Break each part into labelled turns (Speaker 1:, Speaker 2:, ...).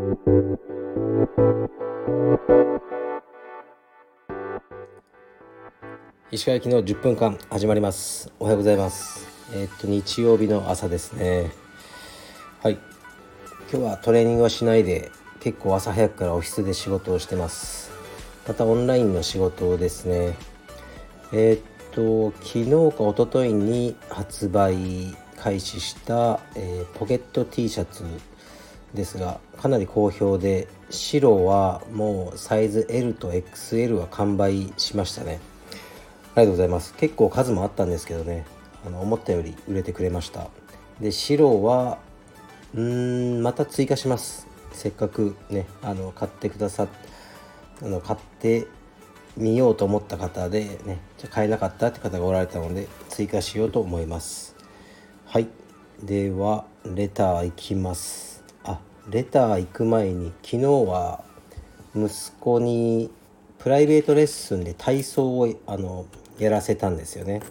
Speaker 1: 石川行きの10分間始まります。おはようございます。日曜日の朝ですね。はい。今日はトレーニングはしないで、結構朝早くからオフィスで仕事をしてます。またオンラインの仕事ですね。昨日か一昨日に発売開始した、ポケット T シャツですが、かなり好評で、白はもうサイズ L と XL は完売しましたね。ありがとうございます。結構数もあったんですけどね、思ったより売れてくれました。で、白はまた追加します。せっかくね、買ってくださっ買ってみようと思った方でね、買えなかったって方がおられたので追加しようと思います。はい、ではレターいきます。レター行く前に、昨日は息子にプライベートレッスンで体操をやらせたんですよね。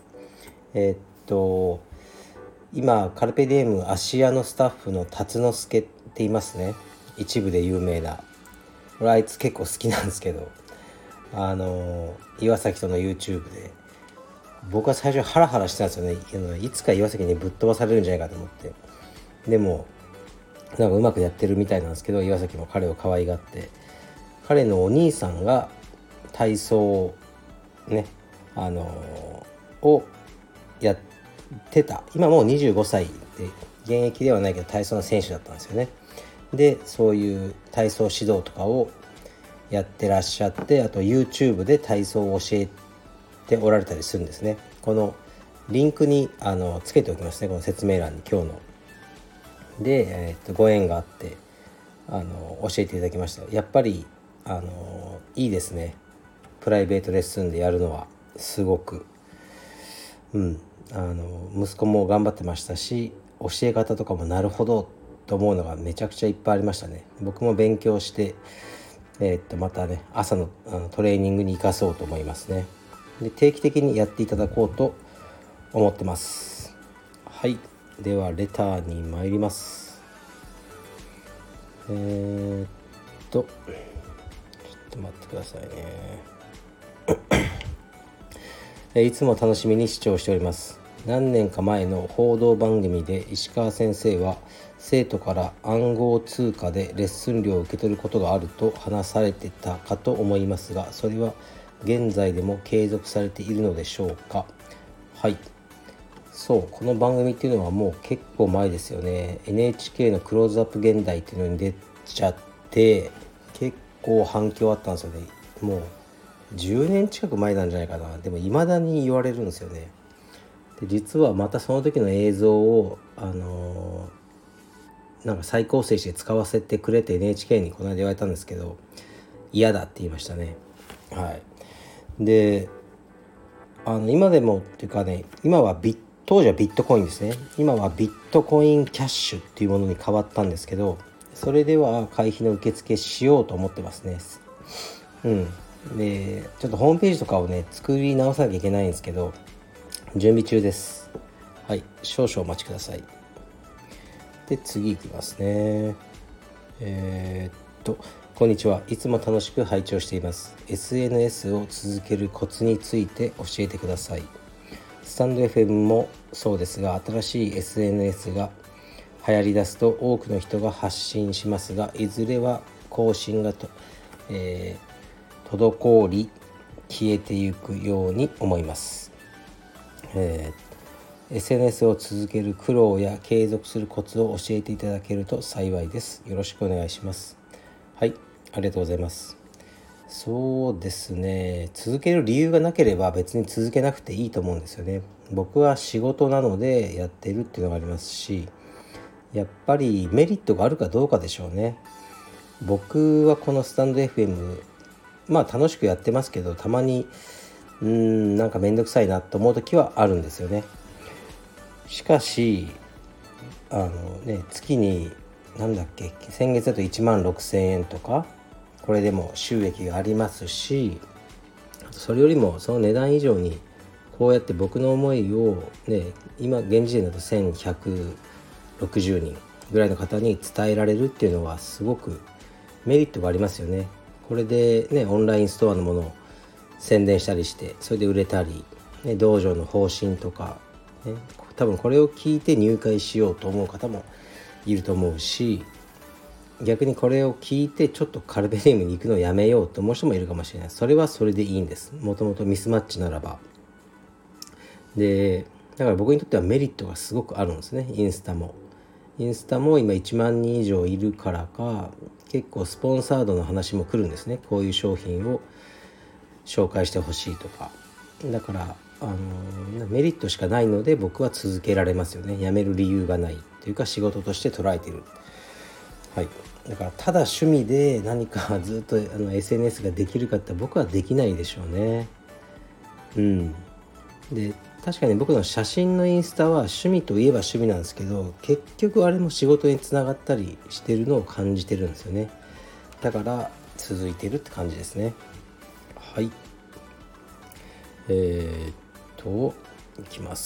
Speaker 1: 今カルペディエム芦屋のスタッフの辰之助って言いますね。一部で有名な、あいつ結構好きなんですけど、岩崎との YouTube で僕は最初ハラハラしてたんですよね。いつか岩崎にぶっ飛ばされるんじゃないかと思って。でもなんかうまくやってるみたいなんですけど、岩崎も彼を可愛がって、彼のお兄さんが体操ね、をやってた。今もう25歳で現役ではないけど体操の選手だったんですよね。で、そういう体操指導とかをやってらっしゃって、あと YouTube で体操を教えておられたりするんですね。このリンクにつけておきますね、この説明欄に今日ので、ご縁があって教えていただきました。やっぱりいいですね。プライベートレッスンでやるのはすごく、息子も頑張ってましたし、教え方とかもなるほどと思うのがめちゃくちゃいっぱいありましたね。僕も勉強して、またね、朝のトレーニングに生かそうと思いますね。で、定期的にやっていただこうと思ってます。はい、ではレターに参ります。ちょっと待ってくださいね。いつも楽しみに視聴しております。何年か前の報道番組で石川先生は生徒から暗号通貨でレッスン料を受け取ることがあると話されてたかと思いますが、それは現在でも継続されているのでしょうか。はい、そう、この番組っていうのはもう結構前ですよね。 NHK のクローズアップ現代っていうのに出ちゃって結構反響あったんですよね。もう10年近く前なんじゃないかな。でも未だに言われるんですよね。で、実はまたその時の映像をなんか再構成して使わせてくれて NHK にこの間言われたんですけど、嫌だって言いましたね。はい。で、今でもっていうかね、当時はビットコインですね。今はビットコインキャッシュっていうものに変わったんですけど、それでは会費の受付しようと思ってますね。で、ちょっとホームページとかをね作り直さなきゃいけないんですけど、準備中です。はい、少々お待ちください。で、次いきますね。こんにちは。いつも楽しく拝聴しています。 SNS を続けるコツについて教えてください。スタンド FM もそうですが、新しい SNS が流行り出すと多くの人が発信しますが、いずれは更新が滞り消えていくように思います。SNS を続ける苦労や継続するコツを教えていただけると幸いです。よろしくお願いします。はい、ありがとうございます。そうですね、続ける理由がなければ別に続けなくていいと思うんですよね。僕は仕事なのでやってるっていうのがありますし、やっぱりメリットがあるかどうかでしょうね。僕はこのスタンド FM、楽しくやってますけど、たまになんかめんどくさいなと思う時はあるんですよね。しかし月に先月だと1万6,000円とか、これでも収益がありますし、それよりもその値段以上にこうやって僕の思いをね、今現時点だと1160人ぐらいの方に伝えられるっていうのはすごくメリットがありますよね。これでね、オンラインストアのものを宣伝したりして、それで売れたり、ね、道場の方針とか、ね、多分これを聞いて入会しようと思う方もいると思うし、逆にこれを聞いてちょっとカルベニウムに行くのをやめようと思う人もいるかもしれない。それはそれでいいんです。もともとミスマッチならば。でだから僕にとってはメリットがすごくあるんですね。インスタも今1万人以上いるからか、結構スポンサードの話も来るんですね。こういう商品を紹介してほしいとか。だからメリットしかないので僕は続けられますよね。やめる理由がないというか、仕事として捉えている。はい、だからただ趣味で何かずっとSNS ができるかって僕はできないでしょうね。で確かに僕の写真のインスタは趣味といえば趣味なんですけど、結局あれも仕事につながったりしてるのを感じてるんですよね。だから続いてるって感じですね。はい、いきます。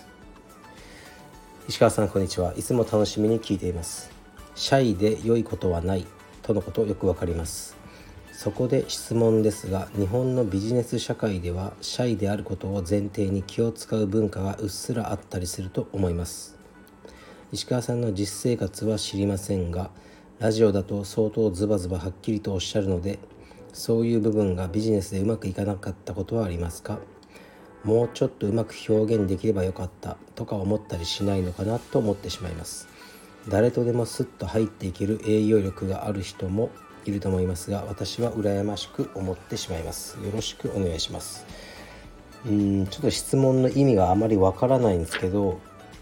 Speaker 1: 石川さん、こんにちは。いつも楽しみに聞いています。シャイで良いことはないとのことよくわかります。そこで質問ですが、日本のビジネス社会ではシャイであることを前提に気を使う文化がうっすらあったりすると思います。石川さんの実生活は知りませんが、ラジオだと相当ズバズバはっきりとおっしゃるので、そういう部分がビジネスでうまくいかなかったことはありますか？もうちょっとうまく表現できればよかったとか思ったりしないのかなと思ってしまいます。誰とでもスッと入っていける営業力がある人もいると思いますが、私は羨ましく思ってしまいます。よろしくお願いします。ちょっと質問の意味があまりわからないんですけど、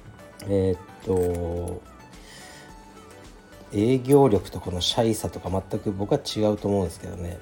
Speaker 1: 営業力とこのシャイさとか全く僕は違うと思うんですけどね。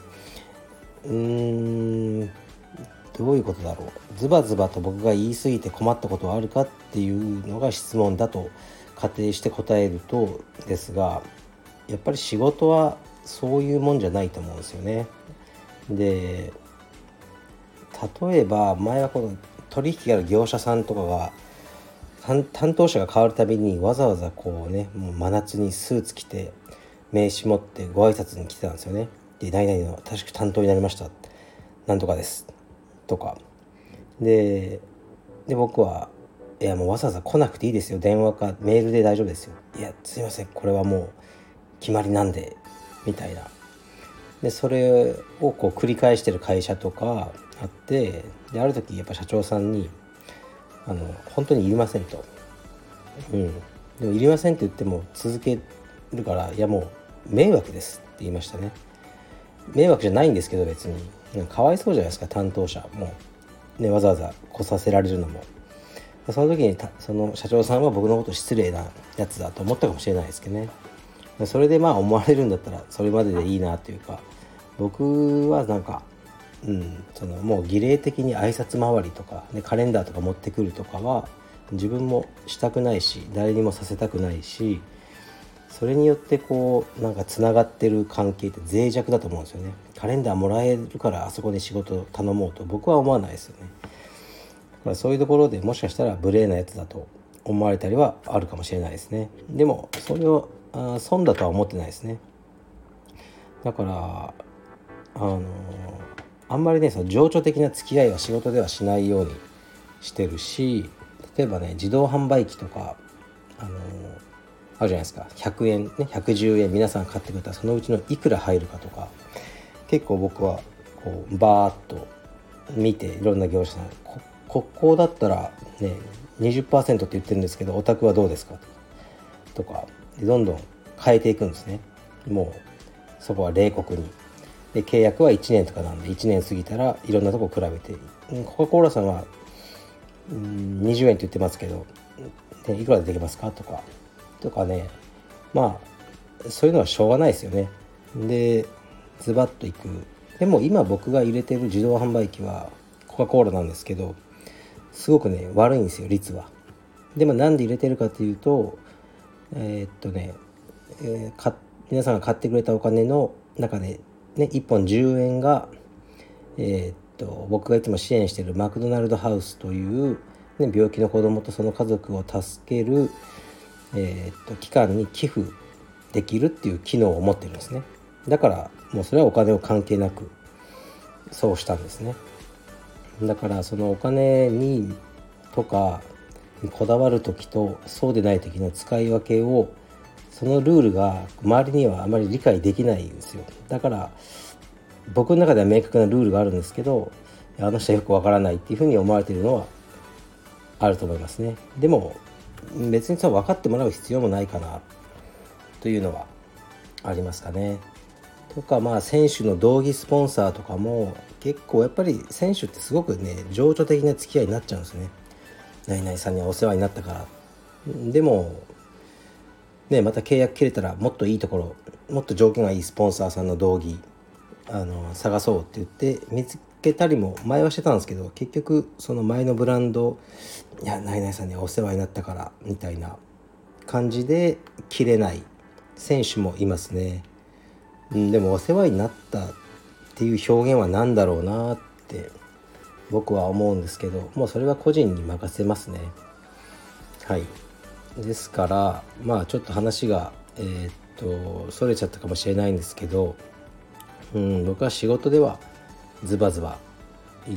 Speaker 1: どういうことだろう。ズバズバと僕が言い過ぎて困ったことはあるかっていうのが質問だと仮定して答えるとですが、やっぱり仕事はそういうもんじゃないと思うんですよね。で、例えば前はこの取引がある業者さんとかが担当者が変わるたびにわざわざこうね、もう真夏にスーツ着て名刺持ってご挨拶に来てたんですよね。で、何々の確か担当になりました、なんとかですとかで僕はいやもうわざわざ来なくていいですよ、電話かメールで大丈夫ですよ、いやすいませんこれはもう決まりなんでみたいな。でそれをこう繰り返してる会社とかあって、である時やっぱ社長さんに本当にいりませんと、でもいりませんって言っても続けるから、いやもう迷惑ですって言いましたね。迷惑じゃないんですけど、別にかわいそうじゃないですか、担当者もね、わざわざ来させられるのも。その時にその社長さんは僕のこと失礼なやつだと思ったかもしれないですけどね。それでまあ思われるんだったらそれまででいいなというか、僕はなんかそのもう儀礼的に挨拶回りとか、ね、カレンダーとか持ってくるとかは自分もしたくないし、誰にもさせたくないし、それによってこうなんかつながってる関係って脆弱だと思うんですよね。カレンダーもらえるからあそこで仕事頼もうと僕は思わないですよね。だからそういうところでもしかしたら無礼なやつだと思われたりはあるかもしれないですね。でもそれを損だとは思ってないですね。だからあんまりね、その情緒的な付き合いは仕事ではしないようにしてるし、例えばね、自動販売機とかあるじゃないですか。100円ね、110円皆さん買ってくれたらそのうちのいくら入るかとか、結構僕はこうバーッと見て、いろんな業者さんここだったらね 20% って言ってるんですけど、お宅はどうですかとかでどんどん変えていくんですね。もうそこは冷酷に。で契約は1年とかなんで、1年過ぎたらいろんなとこ比べて、コカ・コーラさんは20円って言ってますけど、いくらでできますかとかね、まあそういうのはしょうがないですよね。でズバッといく。でも今僕が入れてる自動販売機はコカ・コーラなんですけど、すごくね悪いんですよ、率は。でもなんで入れてるかというと、皆さんが買ってくれたお金の中でね、1本10円が僕がいつも支援しているマクドナルドハウスという、ね、病気の子どもとその家族を助ける、 機関に寄付できるっていう機能を持ってるんですね。だからもうそれはお金を関係なくそうしたんですね。だからそのお金にとかにこだわる時とそうでない時の使い分けを、そのルールが周りにはあまり理解できないんですよ。だから僕の中では明確なルールがあるんですけど、あの人はよくわからないっていうふうに思われているのはあると思いますね。でも別に分かってもらう必要もないかなというのはありますかね。とか選手の道着スポンサーとかも結構やっぱり選手ってすごくね情緒的な付き合いになっちゃうんですね。何々さんにはお世話になったから。でもね、また契約切れたらもっといいところ、もっと条件がいいスポンサーさんの道着探そうって言って見つけたりも前はしてたんですけど、結局その前のブランド、いや何々さんにはお世話になったからみたいな感じで切れない選手もいますね。でもお世話になったっていう表現は何だろうなって僕は思うんですけど、もうそれは個人に任せますね。はい。ですからちょっと話がそれちゃったかもしれないんですけど、僕は仕事ではズバズバ言って、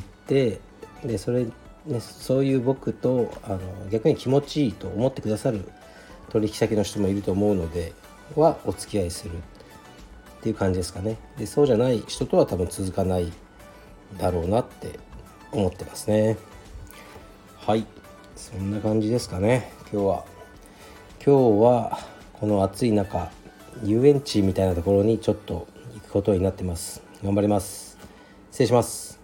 Speaker 1: でそれね、そういう僕と逆に気持ちいいと思ってくださる取引先の人もいると思うのではお付き合いするっていう感じですかね。でそうじゃない人とは多分続かないだろうなって思ってますね。はい、そんな感じですかね。今日はこの暑い中遊園地みたいなところにちょっと行くことになってます。頑張ります。失礼します。